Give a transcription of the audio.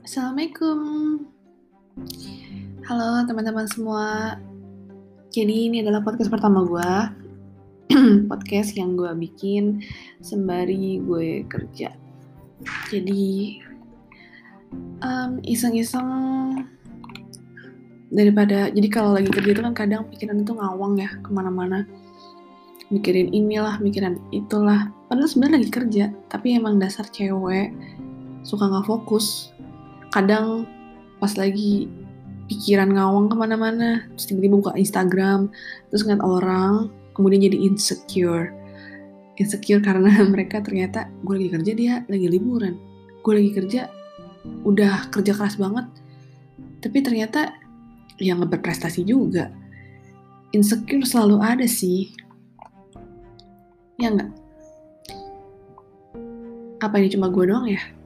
Assalamualaikum. Halo teman-teman semua. Jadi ini adalah podcast pertama gue. Podcast yang gue bikin sembari gue kerja. Jadi iseng-iseng daripada, jadi kalau lagi kerja itu kan kadang pikiran itu ngawang ya kemana-mana, mikirin inilah, mikirin itulah, padahal sebenarnya lagi kerja, tapi emang dasar cewek suka nggak fokus. Kadang pas lagi pikiran ngawang kemana-mana, terus tiba-tiba buka Instagram, terus ngeliat orang, kemudian jadi insecure karena mereka ternyata gue lagi kerja, dia lagi liburan. Gue lagi kerja, udah kerja keras banget, tapi ternyata ya nggak berprestasi juga. Insecure selalu ada sih, ya nggak? Apa ini cuma gue doang ya?